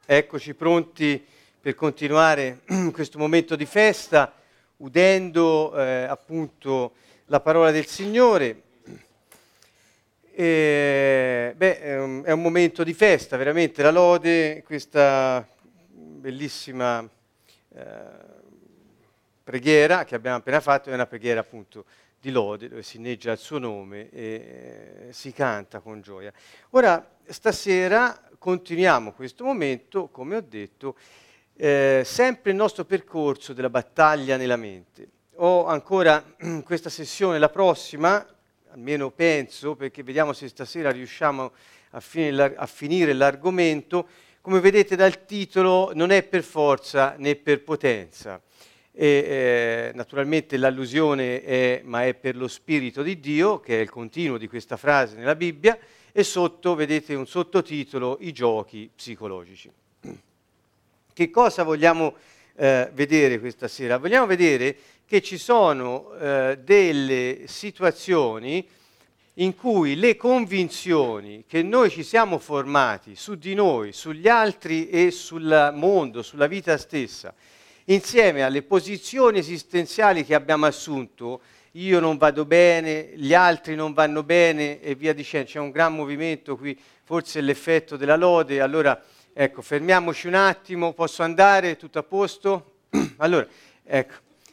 Eccoci pronti per continuare questo momento di festa, udendo appunto la parola del Signore. È un momento di festa, veramente, la lode, questa bellissima preghiera che abbiamo appena fatto è una preghiera appunto di lode, dove si inneggia il suo nome e si canta con gioia. Ora, stasera continuiamo questo momento, come ho detto, sempre il nostro percorso della battaglia nella mente. Ho ancora questa sessione, la prossima, almeno penso, perché vediamo se stasera riusciamo a finire l'argomento. Come vedete dal titolo, non è per forza né per potenza. Naturalmente l'allusione è ma è per lo Spirito di Dio, che è il continuo di questa frase nella Bibbia, e sotto vedete un sottotitolo, i giochi psicologici. Che cosa vogliamo vedere questa sera? Vogliamo vedere che ci sono delle situazioni in cui le convinzioni che noi ci siamo formati su di noi, sugli altri e sul mondo, sulla vita stessa, insieme alle posizioni esistenziali che abbiamo assunto, io non vado bene, gli altri non vanno bene e via dicendo, c'è un gran movimento qui, forse è l'effetto della lode, allora ecco, fermiamoci un attimo, posso andare, tutto a posto? Allora, ecco,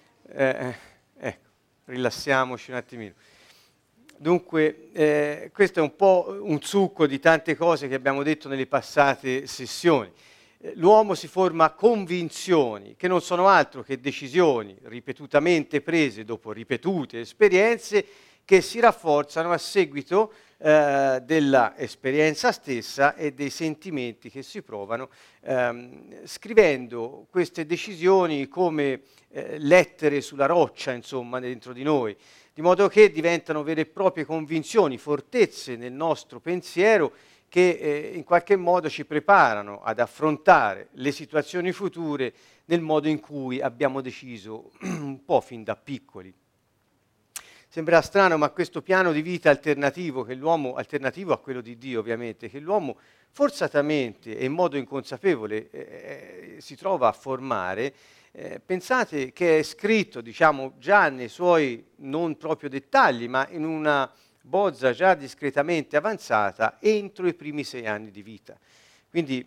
rilassiamoci un attimino. Dunque, questo è un po' un succo di tante cose che abbiamo detto nelle passate sessioni. L'uomo si forma convinzioni, che non sono altro che decisioni ripetutamente prese dopo ripetute esperienze che si rafforzano a seguito della esperienza stessa e dei sentimenti che si provano, scrivendo queste decisioni come lettere sulla roccia, insomma, dentro di noi, di modo che diventano vere e proprie convinzioni, fortezze nel nostro pensiero che in qualche modo ci preparano ad affrontare le situazioni future nel modo in cui abbiamo deciso un po' fin da piccoli. Sembra strano, ma questo piano di vita alternativo, che l'uomo, alternativo a quello di Dio ovviamente, che l'uomo forzatamente e in modo inconsapevole si trova a formare, pensate che è scritto, diciamo, già nei suoi non proprio dettagli, ma in una bozza già discretamente avanzata entro i primi 6 anni di vita. Quindi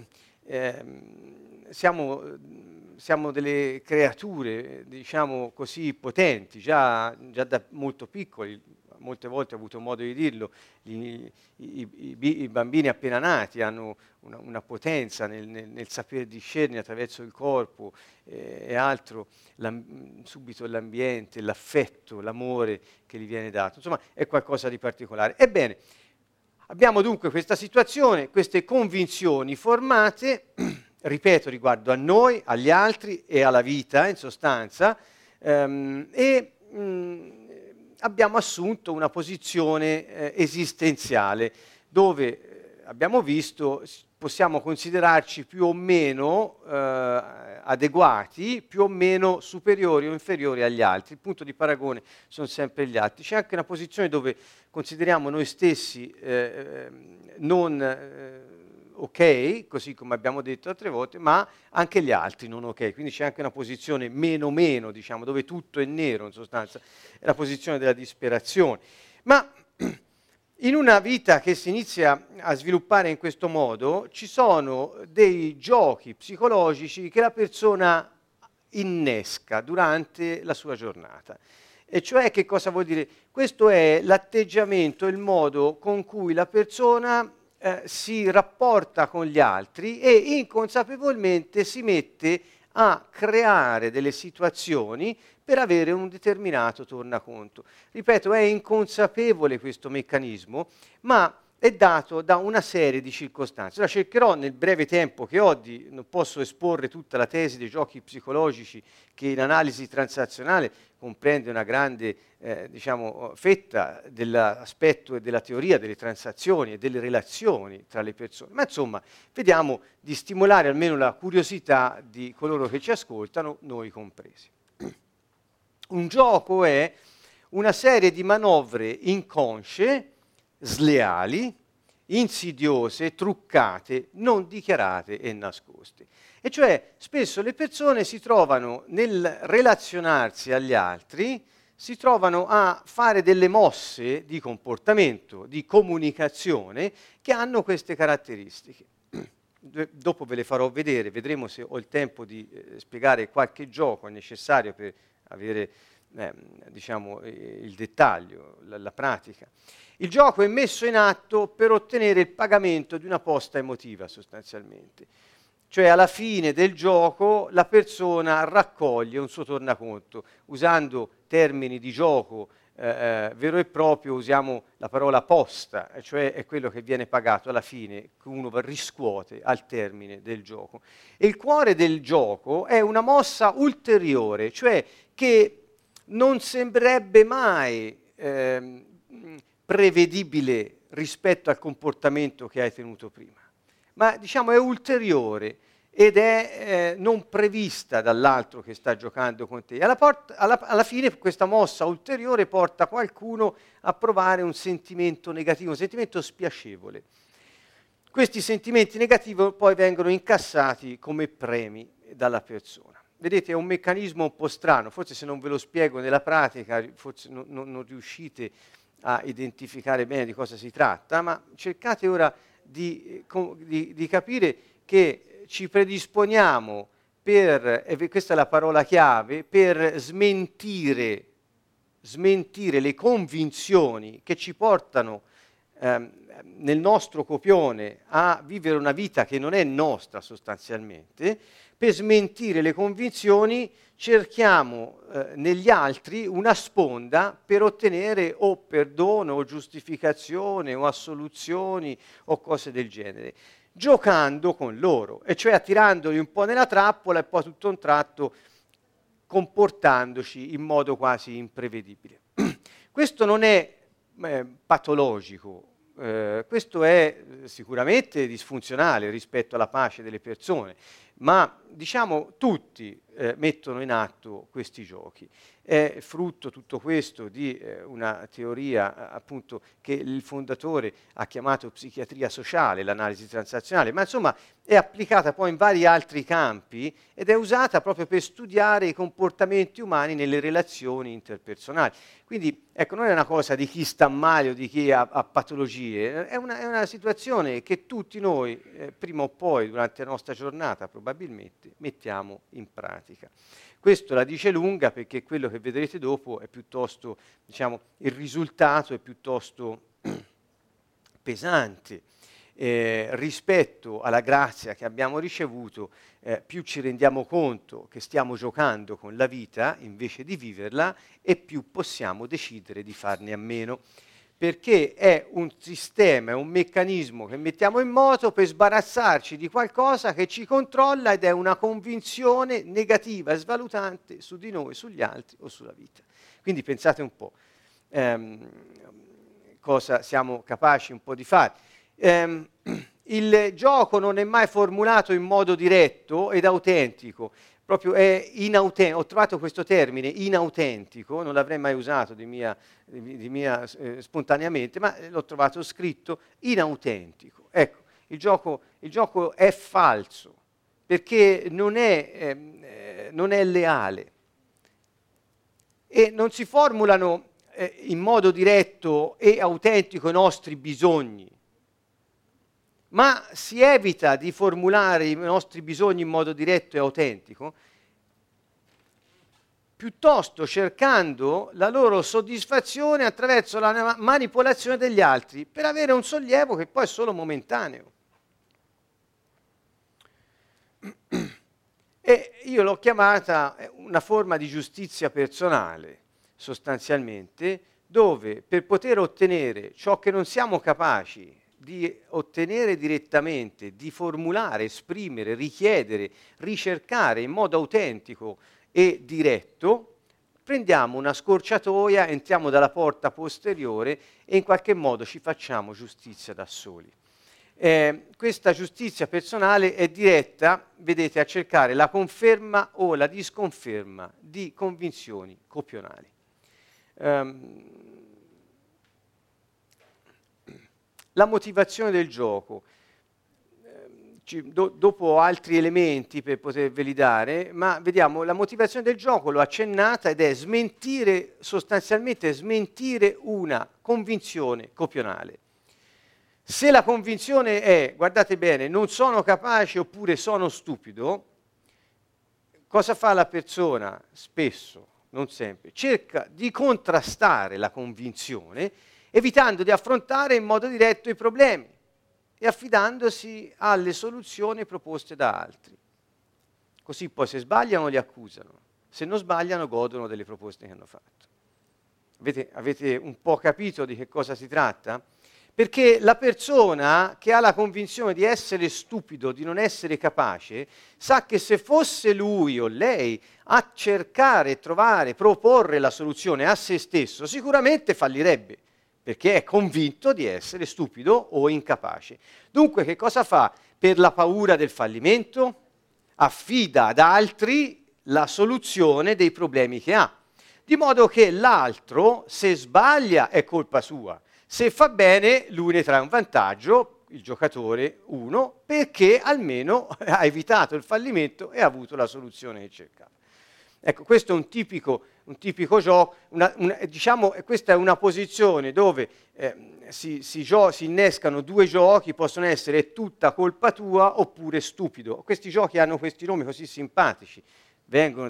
siamo delle creature, diciamo così, potenti, già da molto piccoli. Molte volte ho avuto modo di dirlo, i bambini appena nati hanno una potenza nel saper discernere attraverso il corpo e altro, subito l'ambiente, l'affetto, l'amore che gli viene dato. Insomma, è qualcosa di particolare. Ebbene, abbiamo dunque questa situazione, queste convinzioni formate, ripeto, riguardo a noi, agli altri e alla vita, in sostanza, abbiamo assunto una posizione esistenziale dove abbiamo visto possiamo considerarci più o meno adeguati, più o meno superiori o inferiori agli altri. Il punto di paragone sono sempre gli altri. C'è anche una posizione dove consideriamo noi stessi non ok, così come abbiamo detto altre volte, ma anche gli altri non ok. Quindi c'è anche una posizione meno, diciamo, dove tutto è nero, in sostanza, è la posizione della disperazione. Ma in una vita che si inizia a sviluppare in questo modo, ci sono dei giochi psicologici che la persona innesca durante la sua giornata. E cioè che cosa vuol dire? Questo è l'atteggiamento, il modo con cui la persona si rapporta con gli altri e inconsapevolmente si mette a creare delle situazioni per avere un determinato tornaconto. Ripeto, è inconsapevole questo meccanismo, ma è dato da una serie di circostanze. Ora cercherò nel breve tempo che ho non posso esporre tutta la tesi dei giochi psicologici che in analisi transazionale comprende una grande fetta dell'aspetto e della teoria delle transazioni e delle relazioni tra le persone. Ma insomma, vediamo di stimolare almeno la curiosità di coloro che ci ascoltano, noi compresi. Un gioco è una serie di manovre inconsce, sleali, insidiose, truccate, non dichiarate e nascoste. E cioè spesso le persone si trovano nel relazionarsi agli altri, si trovano a fare delle mosse di comportamento, di comunicazione che hanno queste caratteristiche. Dopo ve le farò vedere, vedremo se ho il tempo di spiegare qualche gioco necessario per avere diciamo, il dettaglio, la pratica. Il gioco è messo in atto per ottenere il pagamento di una posta emotiva sostanzialmente. Cioè alla fine del gioco la persona raccoglie un suo tornaconto. Usando termini di gioco vero e proprio usiamo la parola posta, cioè è quello che viene pagato alla fine, che uno riscuote al termine del gioco. E il cuore del gioco è una mossa ulteriore, cioè che non sembrerebbe mai prevedibile rispetto al comportamento che hai tenuto prima, ma diciamo è ulteriore ed è non prevista dall'altro che sta giocando con te. Alla fine questa mossa ulteriore porta qualcuno a provare un sentimento negativo, un sentimento spiacevole. Questi sentimenti negativi poi vengono incassati come premi dalla persona. Vedete, è un meccanismo un po' strano, forse se non ve lo spiego nella pratica, forse non riuscite a identificare bene di cosa si tratta, ma cercate ora di capire che ci predisponiamo per, e questa è la parola chiave, per smentire le convinzioni che ci portano nel nostro copione a vivere una vita che non è nostra sostanzialmente. Per smentire le convinzioni cerchiamo negli altri una sponda per ottenere o perdono o giustificazione o assoluzioni o cose del genere, giocando con loro, e cioè attirandoli un po' nella trappola e poi tutto a un tratto comportandoci in modo quasi imprevedibile. Questo non è patologico, questo è sicuramente disfunzionale rispetto alla pace delle persone, ma diciamo tutti mettono in atto questi giochi. È frutto tutto questo di una teoria appunto che il fondatore ha chiamato psichiatria sociale, l'analisi transazionale, ma insomma è applicata poi in vari altri campi ed è usata proprio per studiare i comportamenti umani nelle relazioni interpersonali. Quindi ecco, non è una cosa di chi sta male o di chi ha patologie, è una situazione che tutti noi prima o poi durante la nostra giornata probabilmente mettiamo in pratica. Questo la dice lunga perché quello che vedrete dopo è piuttosto, diciamo, il risultato è piuttosto pesante. Rispetto alla grazia che abbiamo ricevuto, più ci rendiamo conto che stiamo giocando con la vita invece di viverla e più possiamo decidere di farne a meno, perché è un sistema, è un meccanismo che mettiamo in moto per sbarazzarci di qualcosa che ci controlla ed è una convinzione negativa e svalutante su di noi, sugli altri o sulla vita. Quindi pensate un po' cosa siamo capaci un po' di fare. Il gioco non è mai formulato in modo diretto ed autentico, proprio è inautentico. Ho trovato questo termine inautentico, non l'avrei mai usato di mia spontaneamente, ma l'ho trovato scritto inautentico. Ecco, il gioco è falso perché non è leale e non si formulano in modo diretto e autentico i nostri bisogni, ma si evita di formulare i nostri bisogni in modo diretto e autentico, piuttosto cercando la loro soddisfazione attraverso la manipolazione degli altri per avere un sollievo che poi è solo momentaneo. E io l'ho chiamata una forma di giustizia personale, sostanzialmente, dove per poter ottenere ciò che non siamo capaci di ottenere direttamente, di formulare, esprimere, richiedere, ricercare in modo autentico e diretto, prendiamo una scorciatoia, entriamo dalla porta posteriore e in qualche modo ci facciamo giustizia da soli. Questa giustizia personale è diretta, vedete, a cercare la conferma o la disconferma di convinzioni copionali. la motivazione del gioco. Dopo altri elementi per poterveli dare, ma vediamo, la motivazione del gioco l'ho accennata ed è sostanzialmente smentire una convinzione copionale. Se la convinzione è, guardate bene, non sono capace oppure sono stupido, cosa fa la persona? Spesso, non sempre, cerca di contrastare la convinzione, evitando di affrontare in modo diretto i problemi e affidandosi alle soluzioni proposte da altri. Così poi se sbagliano li accusano, se non sbagliano godono delle proposte che hanno fatto. Avete un po' capito di che cosa si tratta? Perché la persona che ha la convinzione di essere stupido, di non essere capace, sa che se fosse lui o lei a cercare, trovare, proporre la soluzione a se stesso, sicuramente fallirebbe, perché è convinto di essere stupido o incapace. Dunque che cosa fa per la paura del fallimento? Affida ad altri la soluzione dei problemi che ha, di modo che l'altro, se sbaglia, è colpa sua. Se fa bene, lui ne trae un vantaggio, il giocatore 1, perché almeno ha evitato il fallimento e ha avuto la soluzione che cercava. Ecco, questo è un tipico gioco, diciamo, questa è una posizione dove si innescano due giochi, possono essere tutta colpa tua oppure stupido. Questi giochi hanno questi nomi così simpatici, vengono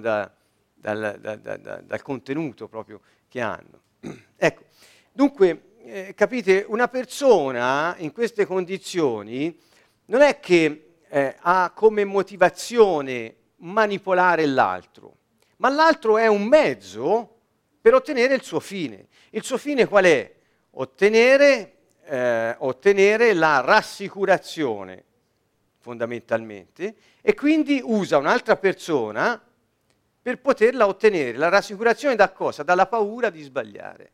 dal contenuto proprio che hanno. Ecco, dunque, capite, una persona in queste condizioni non è che ha come motivazione manipolare l'altro, ma l'altro è un mezzo per ottenere il suo fine. Il suo fine qual è? Ottenere la rassicurazione, fondamentalmente, e quindi usa un'altra persona per poterla ottenere. La rassicurazione da cosa? Dalla paura di sbagliare.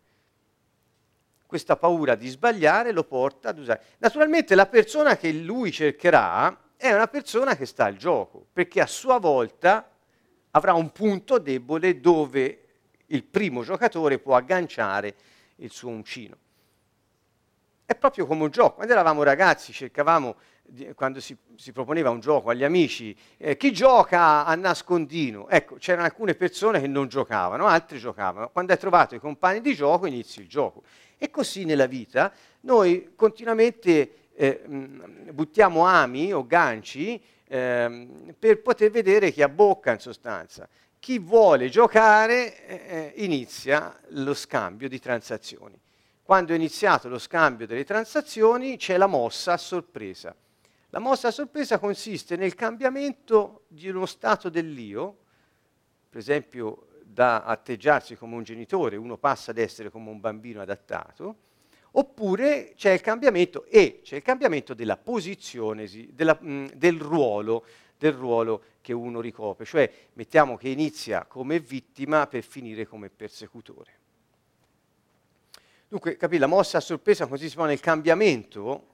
Questa paura di sbagliare lo porta ad usare. Naturalmente la persona che lui cercherà è una persona che sta al gioco, perché a sua volta avrà un punto debole dove il primo giocatore può agganciare il suo uncino. È proprio come un gioco. Quando eravamo ragazzi cercavamo, quando si proponeva un gioco agli amici, chi gioca a nascondino? Ecco, c'erano alcune persone che non giocavano, altre giocavano. Quando hai trovato i compagni di gioco inizi il gioco. E così nella vita noi continuamente buttiamo ami o ganci per poter vedere chi abbocca in sostanza. Chi vuole giocare inizia lo scambio di transazioni. Quando è iniziato lo scambio delle transazioni c'è la mossa a sorpresa. La mossa a sorpresa consiste nel cambiamento di uno stato dell'io, per esempio da atteggiarsi come un genitore, uno passa ad essere come un bambino adattato, oppure c'è il cambiamento della posizione, del ruolo che uno ricopre, cioè mettiamo che inizia come vittima per finire come persecutore. Dunque, capì, la mossa a sorpresa consiste nel cambiamento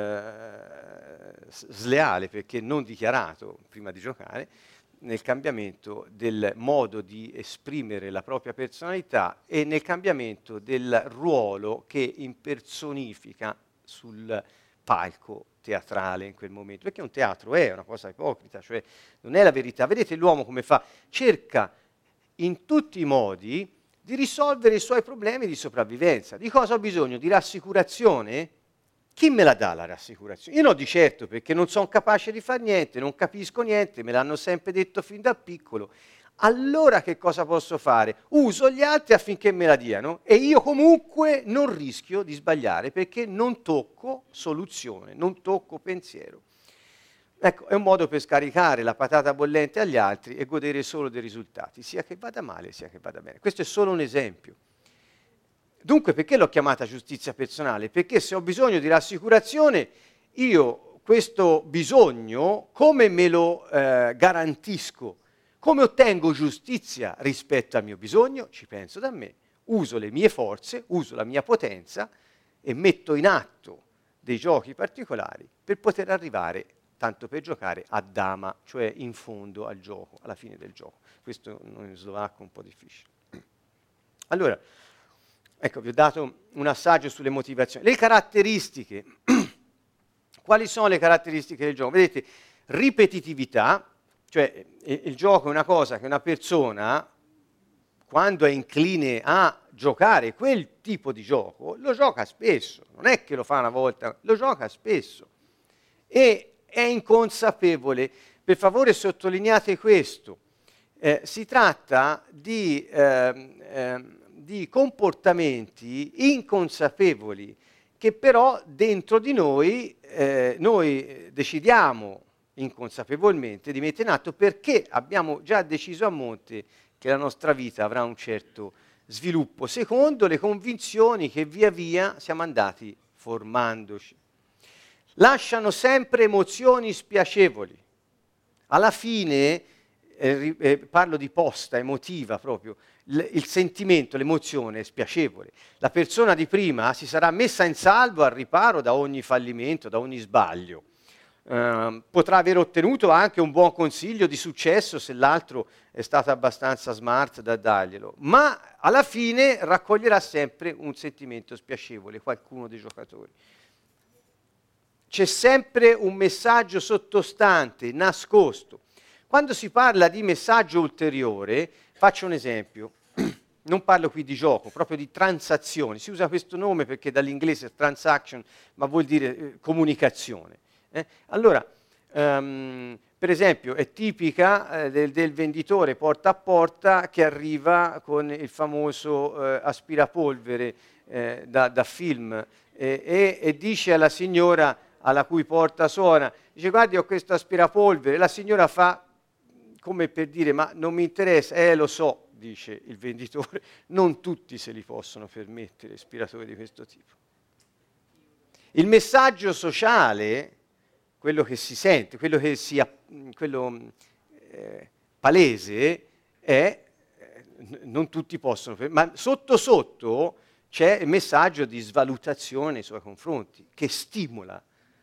sleale, perché non dichiarato prima di giocare, nel cambiamento del modo di esprimere la propria personalità e nel cambiamento del ruolo che impersonifica sul palco teatrale in quel momento, perché un teatro è una cosa ipocrita, cioè non è la verità. Vedete l'uomo come fa? Cerca in tutti i modi di risolvere i suoi problemi di sopravvivenza. Di cosa ho bisogno? Di rassicurazione? Chi me la dà la rassicurazione? Io no di certo, perché non sono capace di fare niente, non capisco niente, me l'hanno sempre detto fin da piccolo. Allora che cosa posso fare? Uso gli altri affinché me la diano e io comunque non rischio di sbagliare perché non tocco soluzione, non tocco pensiero. Ecco, è un modo per scaricare la patata bollente agli altri e godere solo dei risultati, sia che vada male, sia che vada bene. Questo è solo un esempio. Dunque, perché l'ho chiamata giustizia personale? Perché se ho bisogno di rassicurazione, io questo bisogno, come me lo garantisco? Come ottengo giustizia rispetto al mio bisogno? Ci penso da me, uso le mie forze, uso la mia potenza e metto in atto dei giochi particolari per poter arrivare, tanto per giocare, a dama, cioè in fondo al gioco, alla fine del gioco. Questo in slovacco è un po' difficile. Allora, Ecco, vi ho dato un assaggio sulle motivazioni. Le caratteristiche. Quali sono le caratteristiche del gioco? Vedete, ripetitività, cioè il gioco è una cosa che una persona, quando è incline a giocare quel tipo di gioco, lo gioca spesso, non è che lo fa una volta, lo gioca spesso e è inconsapevole. Per favore sottolineate questo, si tratta di comportamenti inconsapevoli che però dentro di noi decidiamo inconsapevolmente di mettere in atto perché abbiamo già deciso a monte che la nostra vita avrà un certo sviluppo, secondo le convinzioni che via via siamo andati formandoci. Lasciano sempre emozioni spiacevoli. Alla fine, parlo di posta emotiva proprio, il sentimento, l'emozione è spiacevole. La persona di prima si sarà messa in salvo al riparo da ogni fallimento, da ogni sbaglio. Potrà aver ottenuto anche un buon consiglio di successo se l'altro è stato abbastanza smart da darglielo, ma alla fine raccoglierà sempre un sentimento spiacevole, qualcuno dei giocatori. C'è sempre un messaggio sottostante, nascosto. Quando si parla di messaggio ulteriore, faccio un esempio, non parlo qui di gioco, proprio di transazioni, si usa questo nome perché dall'inglese transaction, ma vuol dire comunicazione. Allora, per esempio, è tipica del venditore porta a porta che arriva con il famoso aspirapolvere da film e dice alla signora alla cui porta suona, dice guardi ho questo aspirapolvere, la signora fa come per dire ma non mi interessa, lo so, dice il venditore, non tutti se li possono permettere aspiratori di questo tipo. Il messaggio sociale, quello che si sente, quello palese è non tutti possono, ma sotto sotto c'è il messaggio di svalutazione nei suoi confronti, che stimola.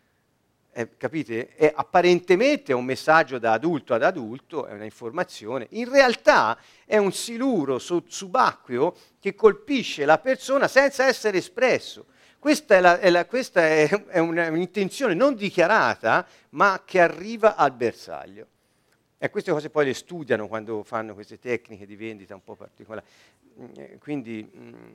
Capite? È apparentemente un messaggio da adulto ad adulto, è una informazione, in realtà è un siluro subacqueo che colpisce la persona senza essere espresso. Questa è un'intenzione non dichiarata, ma che arriva al bersaglio. E queste cose poi le studiano quando fanno queste tecniche di vendita un po' particolari. Quindi,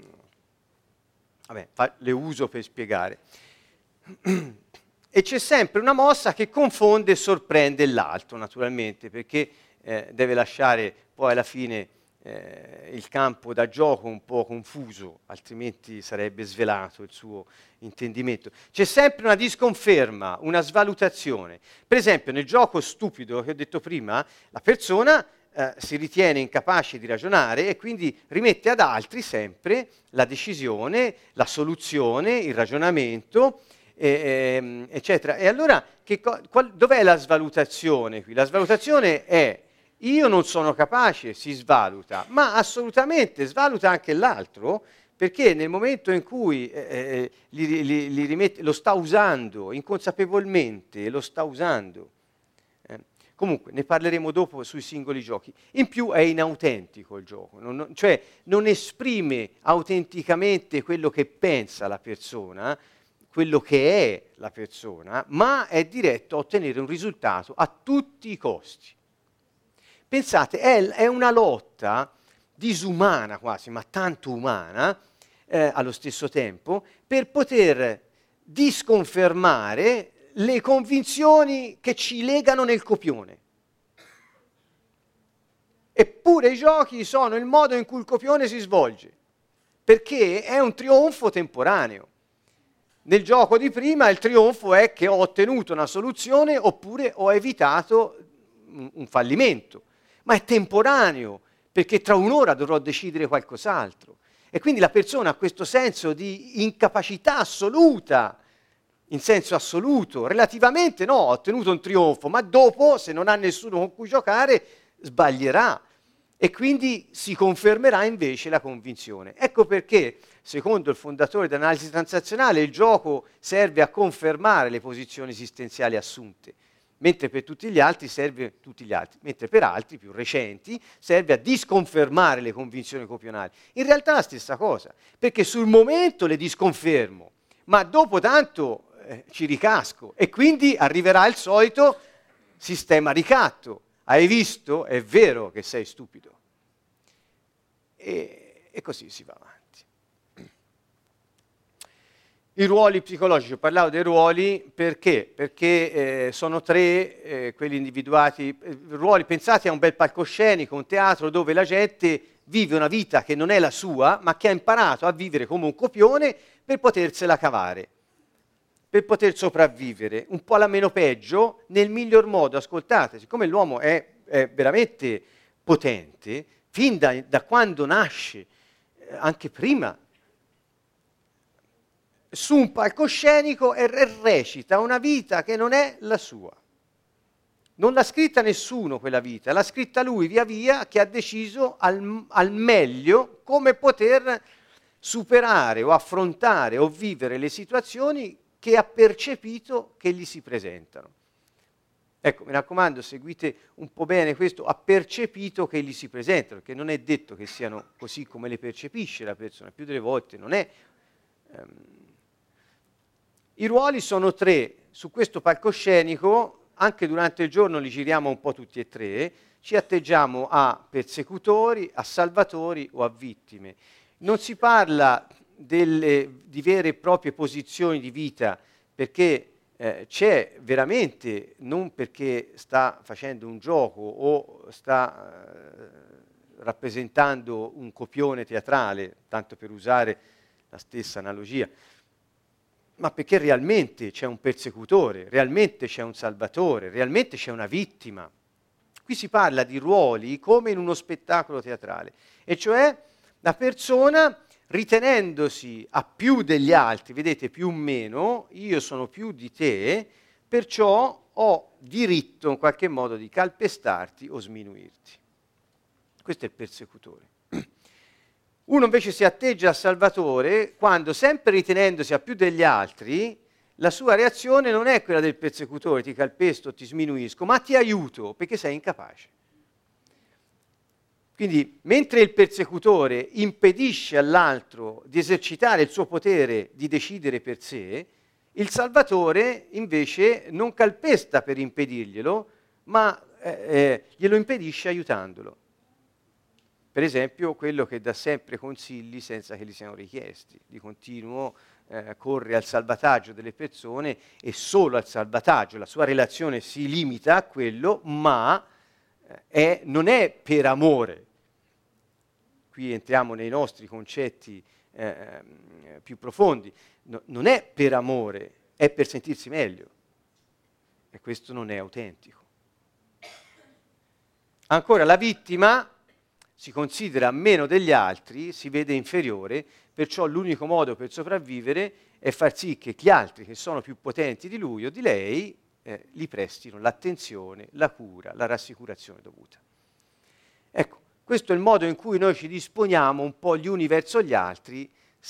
le uso per spiegare. E c'è sempre una mossa che confonde e sorprende l'altro, naturalmente, perché deve lasciare poi alla fine il campo da gioco un po' confuso, altrimenti sarebbe svelato il suo intendimento. C'è sempre una disconferma, una svalutazione. Per esempio, nel gioco stupido che ho detto prima, la persona si ritiene incapace di ragionare e quindi rimette ad altri sempre la decisione, la soluzione, il ragionamento, eccetera. E allora dov'è la svalutazione qui? La svalutazione è io non sono capace, si svaluta, ma assolutamente svaluta anche l'altro, perché nel momento in cui li rimette, lo sta usando, inconsapevolmente lo sta usando. Comunque, ne parleremo dopo sui singoli giochi. In più è inautentico il gioco, cioè non esprime autenticamente quello che pensa la persona, quello che è la persona, ma è diretto a ottenere un risultato a tutti i costi. Pensate, è una lotta disumana quasi, ma tanto umana, allo stesso tempo, per poter disconfermare le convinzioni che ci legano nel copione. Eppure i giochi sono il modo in cui il copione si svolge, perché è un trionfo temporaneo. Nel gioco di prima il trionfo è che ho ottenuto una soluzione oppure ho evitato un fallimento, ma è temporaneo, perché tra un'ora dovrò decidere qualcos'altro. E quindi la persona ha questo senso di incapacità assoluta, in senso assoluto, relativamente no, ho ottenuto un trionfo, ma dopo, se non ha nessuno con cui giocare, sbaglierà. E quindi si confermerà invece la convinzione. Ecco perché, secondo il fondatore dell'analisi transazionale, il gioco serve a confermare le posizioni esistenziali assunte. mentre per tutti gli altri serve, mentre per altri più recenti serve a disconfermare le convinzioni copionali. In realtà è la stessa cosa, perché sul momento le disconfermo, ma dopo tanto ci ricasco e quindi arriverà il solito sistema ricatto. Hai visto? È vero che sei stupido. E così si va avanti. I ruoli psicologici, ho parlato dei ruoli perché? Perché sono tre quelli individuati, ruoli pensati a un bel palcoscenico, un teatro dove la gente vive una vita che non è la sua, ma che ha imparato a vivere come un copione per potersela cavare, per poter sopravvivere, un po' alla meno peggio, nel miglior modo. Ascoltate, siccome l'uomo è veramente potente, fin da quando nasce, anche prima, su un palcoscenico e recita una vita che non è la sua. Non l'ha scritta nessuno quella vita, l'ha scritta lui via via, che ha deciso al meglio come poter superare o affrontare o vivere le situazioni che ha percepito che gli si presentano. Ecco, mi raccomando, seguite un po' bene questo, ha percepito che gli si presentano, perché non è detto che siano così come le percepisce la persona, più delle volte non è. I ruoli sono tre, su questo palcoscenico, anche durante il giorno li giriamo un po' tutti e tre, ci atteggiamo a persecutori, a salvatori o a vittime. Non si parla di vere e proprie posizioni di vita, perché c'è veramente, non perché sta facendo un gioco o sta rappresentando un copione teatrale, tanto per usare la stessa analogia, ma perché realmente c'è un persecutore, realmente c'è un salvatore, realmente c'è una vittima. Qui si parla di ruoli come in uno spettacolo teatrale, e cioè la persona ritenendosi a più degli altri, vedete, più o meno, io sono più di te, perciò ho diritto in qualche modo di calpestarti o sminuirti. Questo è il persecutore. Uno invece si atteggia a salvatore quando, sempre ritenendosi a più degli altri, la sua reazione non è quella del persecutore, ti calpesto, ti sminuisco, ma ti aiuto perché sei incapace. Quindi, mentre il persecutore impedisce all'altro di esercitare il suo potere di decidere per sé, il salvatore invece non calpesta per impedirglielo, ma glielo impedisce aiutandolo. Per esempio, quello che dà sempre consigli senza che li siano richiesti, di continuo corre al salvataggio delle persone e solo al salvataggio, la sua relazione si limita a quello, ma non è per amore. Qui entriamo nei nostri concetti più profondi, non è per amore, è per sentirsi meglio, e questo non è autentico. Ancora, la vittima si considera meno degli altri, si vede inferiore, perciò l'unico modo per sopravvivere è far sì che gli altri che sono più potenti di lui o di lei gli prestino l'attenzione, la cura, la rassicurazione dovuta. Ecco, questo è il modo in cui noi ci disponiamo un po' gli uni verso gli altri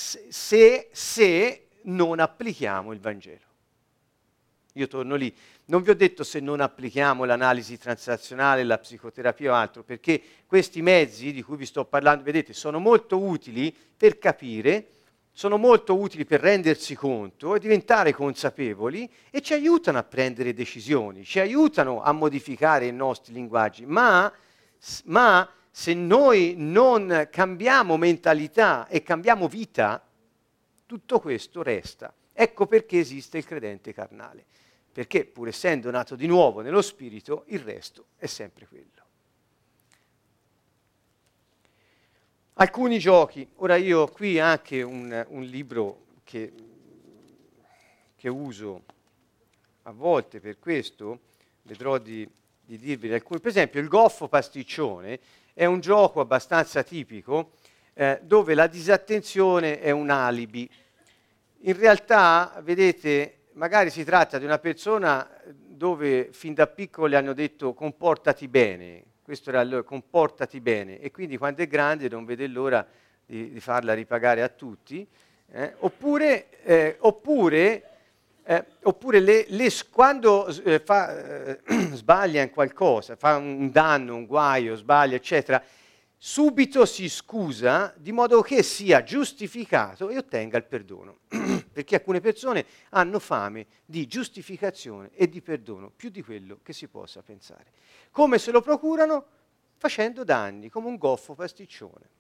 se non applichiamo il Vangelo. Io torno lì. Non vi ho detto se non applichiamo l'analisi transazionale, la psicoterapia o altro, perché questi mezzi di cui vi sto parlando, vedete, sono molto utili per capire, sono molto utili per rendersi conto e diventare consapevoli e ci aiutano a prendere decisioni, ci aiutano a modificare i nostri linguaggi, ma se noi non cambiamo mentalità e cambiamo vita, tutto questo resta. Ecco perché esiste il credente carnale. Perché pur essendo nato di nuovo nello spirito, il resto è sempre quello. Alcuni giochi, ora io qui anche un libro che uso a volte per questo, vedrò di dirvi alcuni, per esempio il goffo pasticcione è un gioco abbastanza tipico dove la disattenzione è un alibi. In realtà, vedete, magari si tratta di una persona dove fin da piccolo le hanno detto comportati bene, questo era il comportati bene, e quindi quando è grande non vede l'ora di farla ripagare a tutti, oppure Oppure quando sbaglia in qualcosa, fa un danno, un guaio, sbaglia, eccetera, subito si scusa di modo che sia giustificato e ottenga il perdono. Perché alcune persone hanno fame di giustificazione e di perdono più di quello che si possa pensare. Come se lo procurano? Facendo danni, come un goffo pasticcione.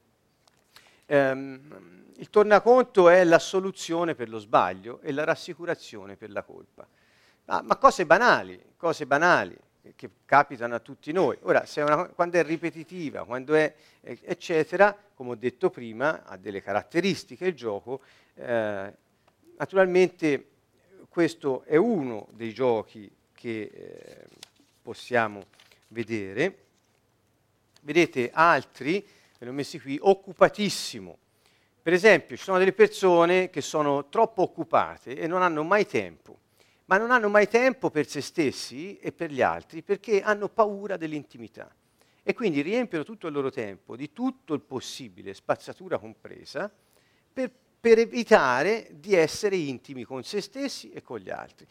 Il tornaconto è la soluzione per lo sbaglio e la rassicurazione per la colpa. Ma cose banali che capitano a tutti noi. Ora, quando è ripetitiva, quando è eccetera, come ho detto prima, ha delle caratteristiche il gioco. Naturalmente questo è uno dei giochi che possiamo vedere. Vedete altri, ve li ho messi qui, occupatissimo. Per esempio, ci sono delle persone che sono troppo occupate e non hanno mai tempo, ma non hanno mai tempo per se stessi e per gli altri perché hanno paura dell'intimità e quindi riempiono tutto il loro tempo di tutto il possibile, spazzatura compresa, per evitare di essere intimi con se stessi e con gli altri.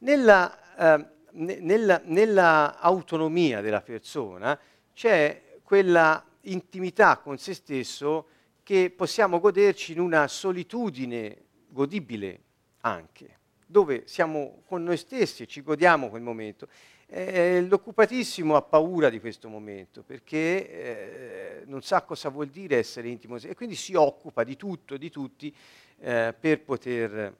Nella autonomia della persona c'è quella intimità con se stesso che possiamo goderci in una solitudine godibile anche, dove siamo con noi stessi e ci godiamo quel momento. L'occupatissimo ha paura di questo momento perché non sa cosa vuol dire essere intimo e quindi si occupa di tutto e di tutti per poter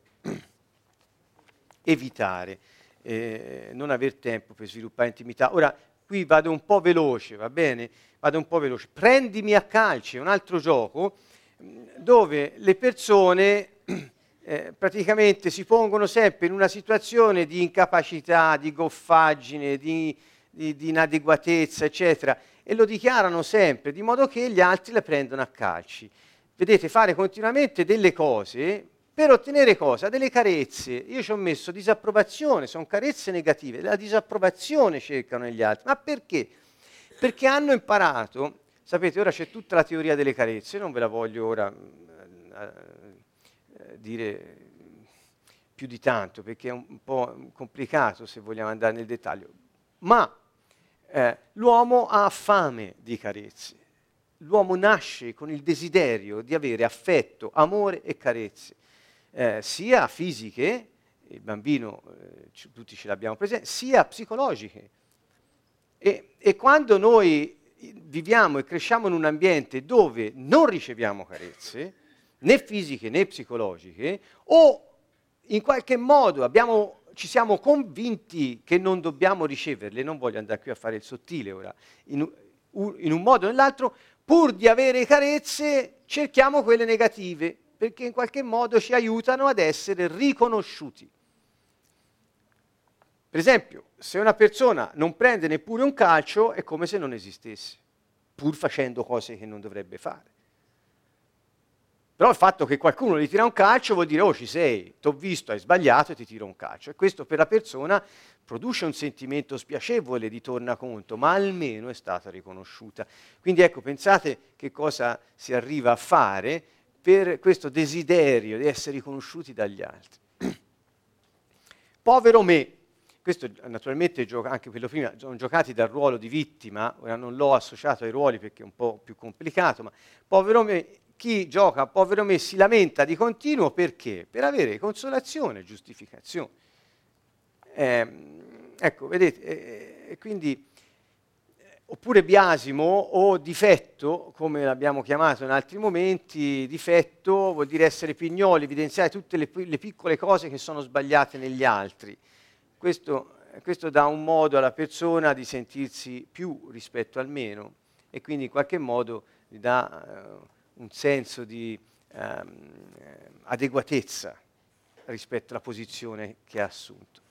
evitare, non aver tempo per sviluppare intimità. Ora, qui vado un po' veloce, va bene? Vado un po' veloce. Prendimi a calci, è un altro gioco dove le persone praticamente si pongono sempre in una situazione di incapacità, di goffaggine, di inadeguatezza, eccetera, e lo dichiarano sempre, di modo che gli altri le prendono a calci. Vedete, fare continuamente delle cose per ottenere cosa? Delle carezze. Io ci ho messo disapprovazione, sono carezze negative, la disapprovazione cercano negli altri. Ma perché? Perché hanno imparato, sapete, ora c'è tutta la teoria delle carezze, non ve la voglio ora dire più di tanto, perché è un po' complicato se vogliamo andare nel dettaglio, ma l'uomo ha fame di carezze. L'uomo nasce con il desiderio di avere affetto, amore e carezze. Sia fisiche, il bambino tutti ce l'abbiamo presente, sia psicologiche. E quando noi viviamo e cresciamo in un ambiente dove non riceviamo carezze, né fisiche né psicologiche, o in qualche modo ci siamo convinti che non dobbiamo riceverle, non voglio andare qui a fare il sottile ora, in un modo o nell'altro, pur di avere carezze cerchiamo quelle negative, perché in qualche modo ci aiutano ad essere riconosciuti. Per esempio, se una persona non prende neppure un calcio, è come se non esistesse, pur facendo cose che non dovrebbe fare. Però il fatto che qualcuno gli tira un calcio vuol dire, oh ci sei, t'ho visto, hai sbagliato e ti tiro un calcio. E questo per la persona produce un sentimento spiacevole di tornaconto, ma almeno è stata riconosciuta. Quindi ecco, pensate che cosa si arriva a fare per questo desiderio di essere riconosciuti dagli altri. Povero me, questo naturalmente anche quello prima, sono giocati dal ruolo di vittima, ora non l'ho associato ai ruoli perché è un po' più complicato, ma povero me, chi gioca povero me si lamenta di continuo perché? Per avere consolazione e giustificazione. Ecco, vedete, quindi oppure biasimo o difetto, come l'abbiamo chiamato in altri momenti, difetto vuol dire essere pignoli, evidenziare tutte le piccole cose che sono sbagliate negli altri. Questo dà un modo alla persona di sentirsi più rispetto al meno e quindi in qualche modo gli dà un senso di adeguatezza rispetto alla posizione che ha assunto.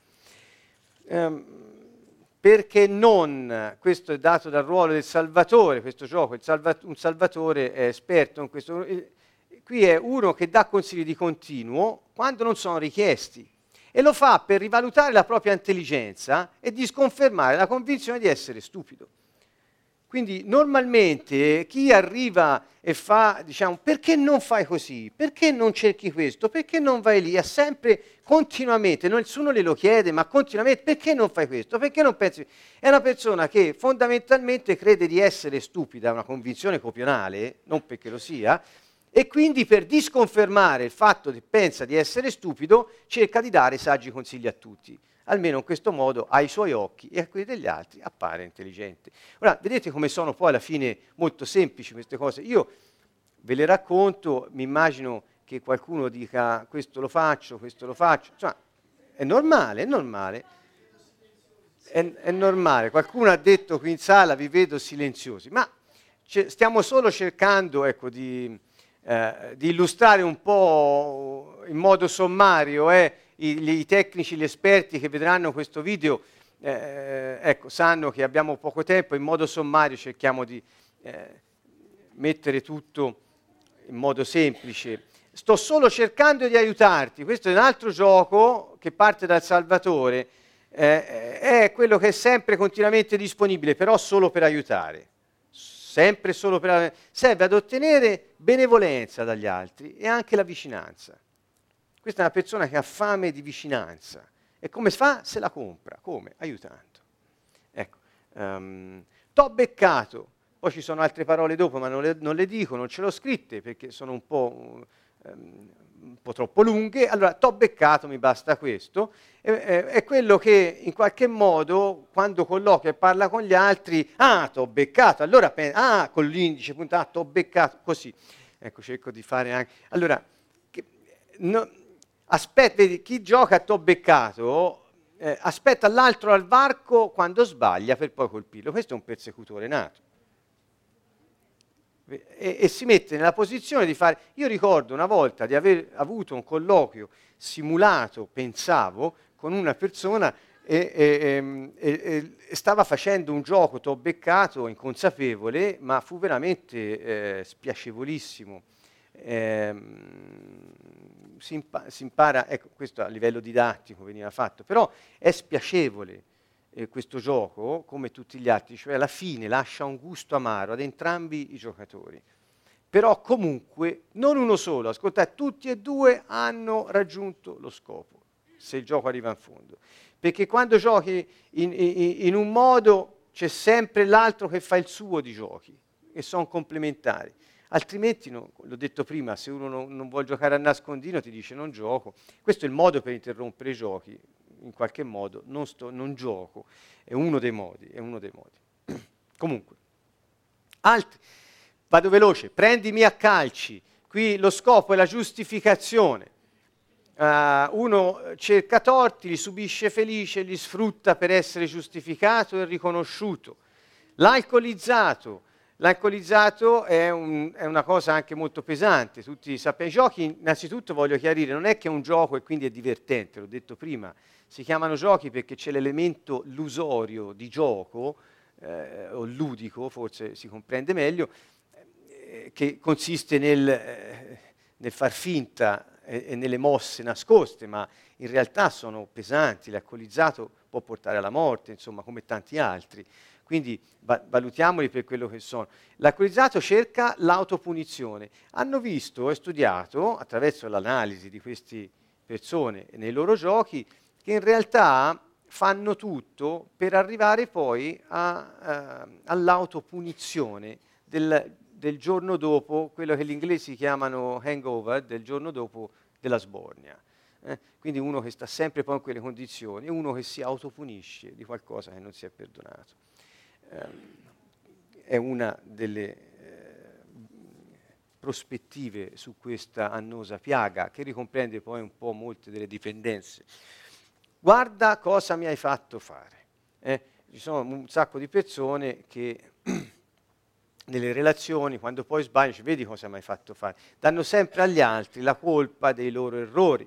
Perché non, questo è dato dal ruolo del Salvatore, questo gioco, un Salvatore è esperto in questo, qui è uno che dà consigli di continuo quando non sono richiesti e lo fa per rivalutare la propria intelligenza e di sconfermare la convinzione di essere stupido. Quindi normalmente chi arriva e fa, diciamo, perché non fai così? Perché non cerchi questo? Perché non vai lì? Ha sempre, continuamente, nessuno glielo chiede, ma continuamente, perché non fai questo? Perché non pensi? È una persona che fondamentalmente crede di essere stupida, una convinzione copionale, non perché lo sia, e quindi per disconfermare il fatto che pensa di essere stupido, cerca di dare saggi consigli a tutti. Almeno in questo modo ai suoi occhi e a quelli degli altri appare intelligente. Ora, vedete come sono poi alla fine molto semplici queste cose. Io ve le racconto, mi immagino che qualcuno dica questo lo faccio, insomma, è normale, è normale. È normale. Qualcuno ha detto qui in sala vi vedo silenziosi, ma stiamo solo cercando, ecco, di illustrare un po' in modo sommario i tecnici, gli esperti che vedranno questo video, ecco, sanno che abbiamo poco tempo, in modo sommario cerchiamo di mettere tutto in modo semplice. Sto solo cercando di aiutarti, questo è un altro gioco che parte dal Salvatore, è quello che è sempre continuamente disponibile, però solo per aiutare. Sempre solo per serve ad ottenere benevolenza dagli altri e anche la vicinanza. Questa è una persona che ha fame di vicinanza. E come fa? Se la compra. Come? Aiutando. Ecco, t'ho beccato. Poi ci sono altre parole dopo, ma non le dico, non ce l'ho scritte perché sono un po' troppo lunghe. Allora, t'ho beccato, mi basta questo. È quello che in qualche modo, quando colloquia e parla con gli altri, t'ho beccato, allora con l'indice puntato, t'ho beccato, così. Ecco, cerco di fare anche... Allora, aspetta, vedi, chi gioca a t'ho beccato, aspetta l'altro al varco quando sbaglia per poi colpirlo. Questo è un persecutore nato. E si mette nella posizione di fare... Io ricordo una volta di aver avuto un colloquio simulato, pensavo, con una persona e stava facendo un gioco, t'ho beccato, inconsapevole, ma fu veramente spiacevolissimo. Si impara, ecco, questo a livello didattico veniva fatto, però è spiacevole. Questo gioco, come tutti gli altri, cioè alla fine lascia un gusto amaro ad entrambi i giocatori. Però comunque non uno solo, ascoltate, tutti e due hanno raggiunto lo scopo, se il gioco arriva in fondo. Perché quando giochi in un modo c'è sempre l'altro che fa il suo di giochi, e sono complementari. Altrimenti, l'ho detto prima, se uno non vuole giocare a nascondino ti dice non gioco. Questo è il modo per interrompere i giochi. In qualche modo non gioco, è uno dei modi. Comunque, altri, vado veloce, prendimi a calci, qui lo scopo è la giustificazione. Uno cerca torti, li subisce felice, li sfrutta per essere giustificato e riconosciuto. L'alcolizzato è una cosa anche molto pesante, tutti sappiamo. I giochi, innanzitutto voglio chiarire, non è che è un gioco e quindi è divertente, l'ho detto prima, si chiamano giochi perché c'è l'elemento lusorio di gioco, o ludico, forse si comprende meglio, che consiste nel far finta e nelle mosse nascoste, ma in realtà sono pesanti, l'alcolizzato può portare alla morte, insomma, come tanti altri. Quindi valutiamoli per quello che sono. L'alcolizzato cerca l'autopunizione. Hanno visto e studiato, attraverso l'analisi di queste persone nei loro giochi, che in realtà fanno tutto per arrivare poi all'autopunizione del giorno dopo, quello che gli inglesi chiamano hangover, del giorno dopo della sbornia. Quindi uno che sta sempre poi in quelle condizioni, e uno che si autopunisce di qualcosa che non si è perdonato. È una delle prospettive su questa annosa piaga che ricomprende poi un po' molte delle dipendenze. Guarda cosa mi hai fatto fare. Ci sono un sacco di persone che nelle relazioni, quando poi sbagliano, dice, vedi cosa mi hai fatto fare. Danno sempre agli altri la colpa dei loro errori.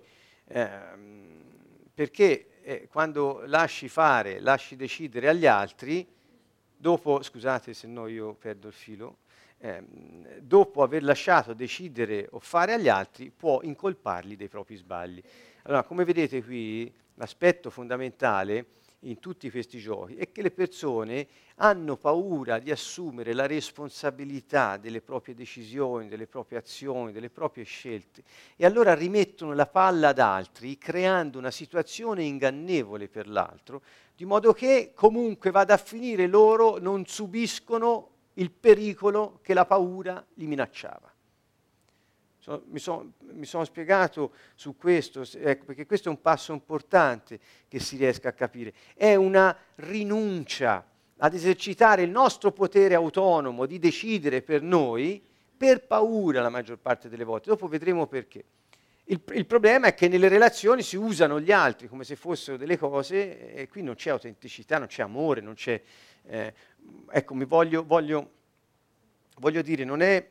Perché quando lasci fare, lasci decidere agli altri, dopo, scusate se no io perdo il filo, dopo aver lasciato decidere o fare agli altri, può incolparli dei propri sbagli. Allora, come vedete qui, l'aspetto fondamentale in tutti questi giochi è che le persone hanno paura di assumere la responsabilità delle proprie decisioni, delle proprie azioni, delle proprie scelte e allora rimettono la palla ad altri creando una situazione ingannevole per l'altro, di modo che comunque vada a finire loro non subiscono il pericolo che la paura gli minacciava. Mi sono spiegato su questo, ecco, perché questo è un passo importante che si riesca a capire. È una rinuncia ad esercitare il nostro potere autonomo di decidere per noi, per paura la maggior parte delle volte. Dopo vedremo perché. Il problema è che nelle relazioni si usano gli altri come se fossero delle cose e qui non c'è autenticità, non c'è amore, non c'è... ecco, voglio dire, non è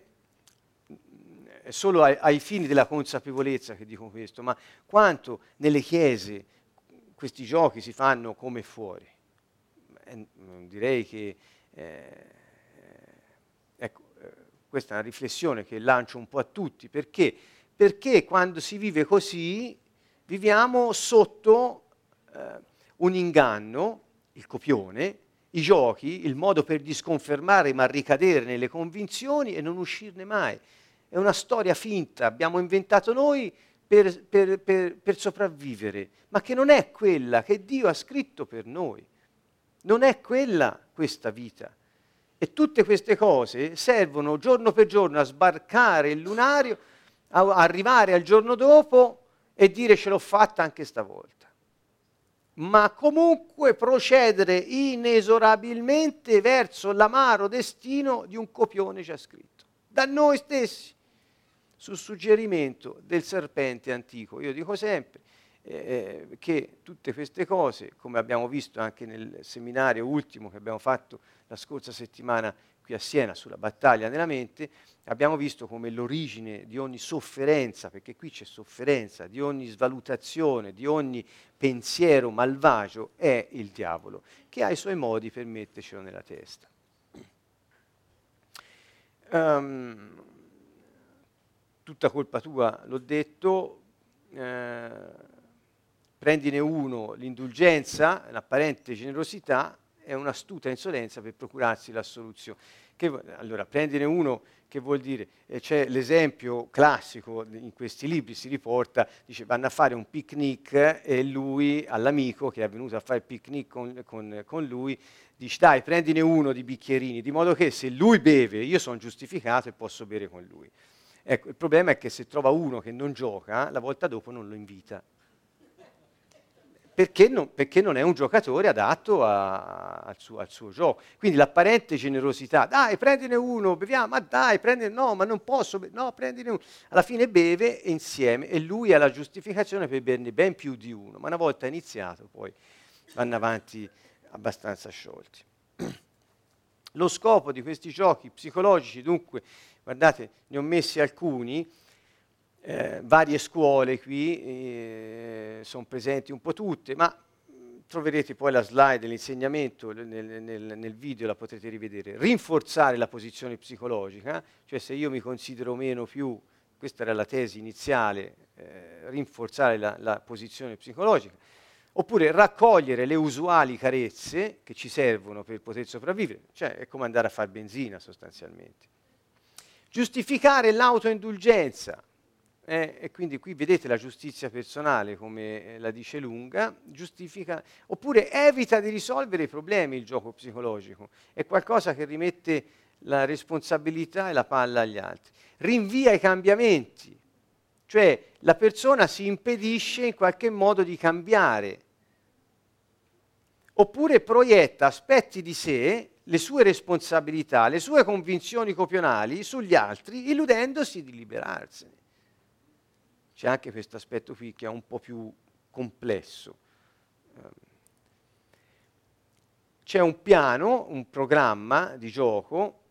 solo ai fini della consapevolezza che dico questo, ma quanto nelle chiese questi giochi si fanno come fuori. Direi che ecco, questa è una riflessione che lancio un po' a tutti, perché quando si vive così viviamo sotto un inganno, il copione, i giochi, il modo per disconfermare ma ricadere nelle convinzioni e non uscirne mai. È una storia finta, abbiamo inventato noi per sopravvivere, ma che non è quella che Dio ha scritto per noi. Non è questa vita. E tutte queste cose servono giorno per giorno a sbarcare il lunario, a arrivare al giorno dopo e dire ce l'ho fatta anche stavolta. Ma comunque procedere inesorabilmente verso l'amaro destino di un copione già scritto, da noi stessi, sul suggerimento del serpente antico. Io dico sempre che tutte queste cose, come abbiamo visto anche nel seminario ultimo che abbiamo fatto la scorsa settimana qui a Siena sulla battaglia nella mente, abbiamo visto come l'origine di ogni sofferenza, perché qui c'è sofferenza, di ogni svalutazione, di ogni pensiero malvagio, è il diavolo, che ha i suoi modi per mettercelo nella testa. Tutta colpa tua, l'ho detto, prendine uno, l'indulgenza, l'apparente generosità, è un'astuta insolenza per procurarsi la soluzione. Allora, prendine uno, che vuol dire? C'è l'esempio classico in questi libri, si riporta, dice vanno a fare un picnic e lui, all'amico che è venuto a fare il picnic con lui, dice dai, prendine uno di bicchierini, di modo che se lui beve, io sono giustificato e posso bere con lui. Ecco, il problema è che se trova uno che non gioca, la volta dopo non lo invita. Perché non è un giocatore adatto al suo gioco. Quindi l'apparente generosità, dai, prendine uno, beviamo, ma dai, no, ma non posso, no, prendine uno. Alla fine beve insieme e lui ha la giustificazione per berne ben più di uno, ma una volta iniziato poi vanno avanti abbastanza sciolti. Lo scopo di questi giochi psicologici, dunque, guardate, ne ho messi alcuni, varie scuole qui, sono presenti un po' tutte, ma troverete poi la slide dell'insegnamento nel video, la potrete rivedere. Rinforzare la posizione psicologica, cioè se io mi considero meno più, questa era la tesi iniziale, rinforzare la posizione psicologica, oppure raccogliere le usuali carezze che ci servono per poter sopravvivere, cioè è come andare a fare benzina sostanzialmente. Giustificare l'autoindulgenza, e quindi qui vedete la giustizia personale come la dice lunga, giustifica, oppure evita di risolvere i problemi il gioco psicologico, è qualcosa che rimette la responsabilità e la palla agli altri. Rinvia i cambiamenti, cioè la persona si impedisce in qualche modo di cambiare, oppure proietta aspetti di sé, le sue responsabilità, le sue convinzioni copionali sugli altri, illudendosi di liberarsene. C'è anche questo aspetto qui che è un po' più complesso. C'è un piano, un programma di gioco.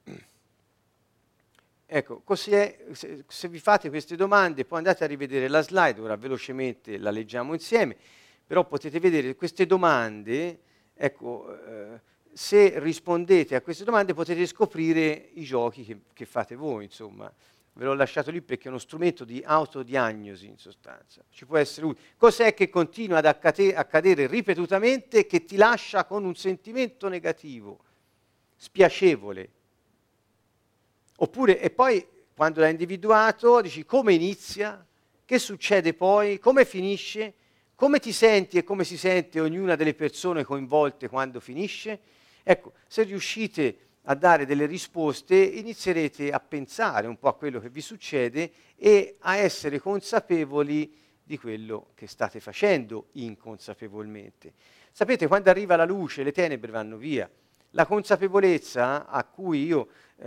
Ecco, se vi fate queste domande, poi andate a rivedere la slide, ora velocemente la leggiamo insieme, però potete vedere queste domande, ecco, se rispondete a queste domande potete scoprire i giochi che fate voi, insomma. ve l'ho lasciato lì perché è uno strumento di autodiagnosi in sostanza, ci può essere utile. Cos'è che continua ad accadere ripetutamente che ti lascia con un sentimento negativo, spiacevole? Oppure, e poi quando l'hai individuato dici come inizia, che succede poi, come finisce, come ti senti e come si sente ognuna delle persone coinvolte quando finisce? Ecco, se riuscite a dare delle risposte, inizierete a pensare un po' a quello che vi succede e a essere consapevoli di quello che state facendo inconsapevolmente. Sapete, quando arriva la luce, le tenebre vanno via. La consapevolezza a cui io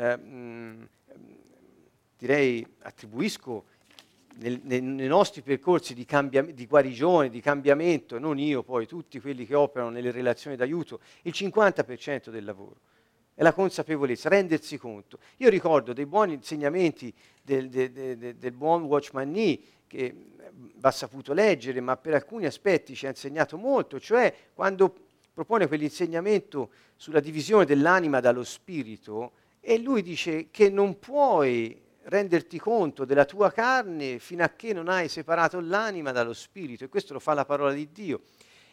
direi attribuisco nei nostri percorsi di guarigione, di cambiamento, non io, poi tutti quelli che operano nelle relazioni d'aiuto, il 50% del lavoro è la consapevolezza, rendersi conto. Io ricordo dei buoni insegnamenti del buon Watchman Nee, che va saputo leggere, ma per alcuni aspetti ci ha insegnato molto, cioè quando propone quell'insegnamento sulla divisione dell'anima dallo spirito, e lui dice che non puoi renderti conto della tua carne fino a che non hai separato l'anima dallo spirito, e questo lo fa la parola di Dio.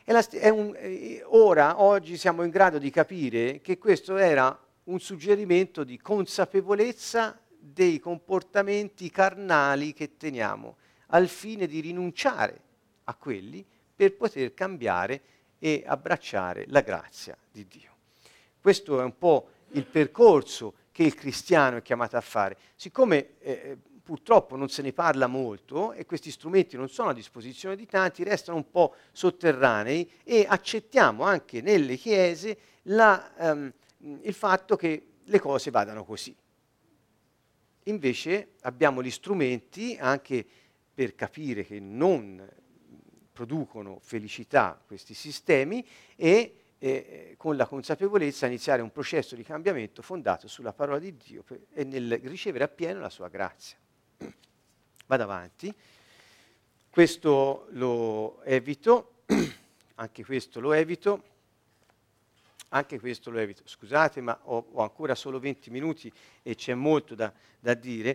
Ora, oggi siamo in grado di capire che questo era un suggerimento di consapevolezza dei comportamenti carnali che teniamo, al fine di rinunciare a quelli per poter cambiare e abbracciare la grazia di Dio. Questo è un po' il percorso che il cristiano è chiamato a fare. Siccome purtroppo non se ne parla molto e questi strumenti non sono a disposizione di tanti, restano un po' sotterranei e accettiamo anche nelle chiese il fatto che le cose vadano così. Invece abbiamo gli strumenti anche per capire che non producono felicità questi sistemi e con la consapevolezza iniziare un processo di cambiamento fondato sulla parola di Dio e nel ricevere appieno la sua grazia. Vado avanti. Questo lo evito, anche questo lo evito, anche questo lo evito. Scusate, ma ho ancora solo 20 minuti e c'è molto da dire.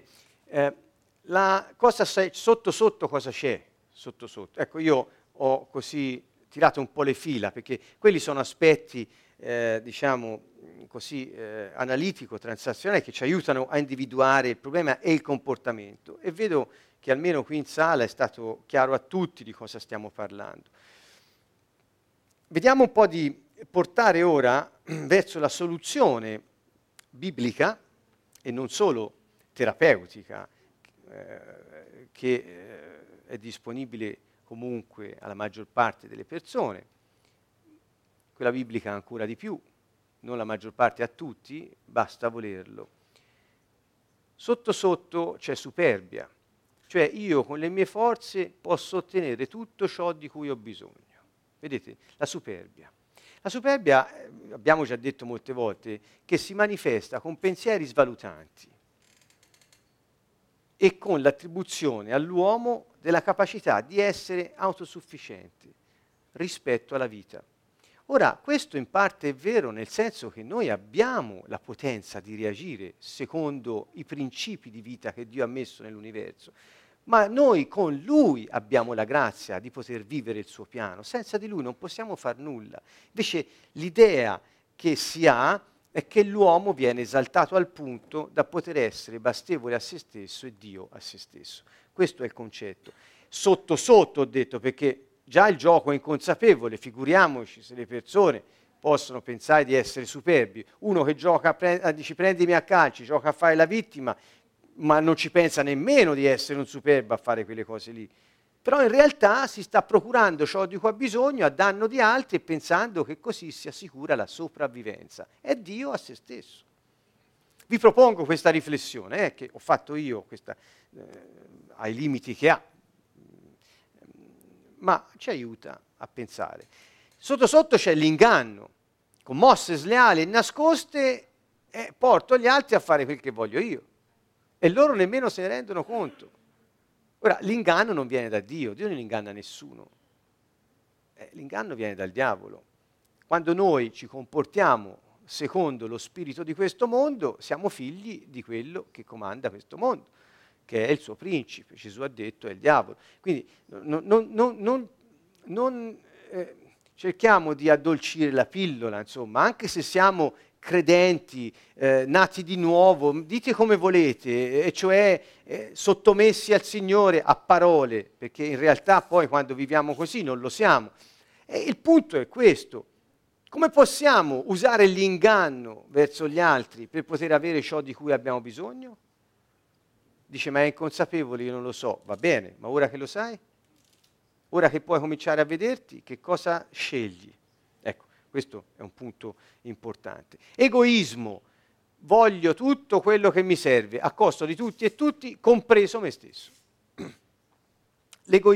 Sotto cosa c'è? Sotto. Ecco, io ho così tirato un po' le fila, perché quelli sono aspetti, diciamo così, analitico-transazionali che ci aiutano a individuare il problema e il comportamento. E vedo che almeno qui in sala è stato chiaro a tutti di cosa stiamo parlando. Vediamo un po' di portare ora verso la soluzione biblica e non solo terapeutica, che è disponibile comunque alla maggior parte delle persone, quella biblica ancora di più, non la maggior parte a tutti, basta volerlo. Sotto c'è superbia, cioè io con le mie forze posso ottenere tutto ciò di cui ho bisogno. Vedete, la superbia. La superbia, abbiamo già detto molte volte, che si manifesta con pensieri svalutanti e con l'attribuzione all'uomo della capacità di essere autosufficiente rispetto alla vita. Ora, questo in parte è vero nel senso che noi abbiamo la potenza di reagire secondo i principi di vita che Dio ha messo nell'universo, ma noi con Lui abbiamo la grazia di poter vivere il suo piano. Senza di Lui non possiamo far nulla. Invece l'idea che si ha è che l'uomo viene esaltato al punto da poter essere bastevole a se stesso e Dio a se stesso. Questo è il concetto. Sotto ho detto, perché già il gioco è inconsapevole, figuriamoci se le persone possono pensare di essere superbi. Uno che gioca, dice prendimi a calci, gioca a fare la vittima, ma non ci pensa nemmeno di essere un superbo a fare quelle cose lì. Però in realtà si sta procurando ciò di cui ha bisogno a danno di altri e pensando che così si assicura la sopravvivenza. È Dio a se stesso. Vi propongo questa riflessione che ho fatto io, ai limiti che ha, ma ci aiuta a pensare. Sotto c'è l'inganno, con mosse sleali e nascoste porto gli altri a fare quel che voglio io e loro nemmeno se ne rendono conto. Ora, l'inganno non viene da Dio non inganna nessuno, l'inganno viene dal diavolo. Quando noi ci comportiamo secondo lo spirito di questo mondo, siamo figli di quello che comanda questo mondo. che è il suo principe. Gesù ha detto è il diavolo. Quindi non cerchiamo di addolcire la pillola, insomma, anche se siamo credenti, nati di nuovo, dite come volete, e cioè sottomessi al Signore a parole, perché in realtà poi quando viviamo così non lo siamo. E il punto è questo: come possiamo usare l'inganno verso gli altri per poter avere ciò di cui abbiamo bisogno? Dice, ma è inconsapevole, io non lo so. Va bene, ma ora che lo sai? Ora che puoi cominciare a vederti, che cosa scegli? Ecco, questo è un punto importante. Egoismo: voglio tutto quello che mi serve, a costo di tutti e tutti, compreso me stesso. L'egoismo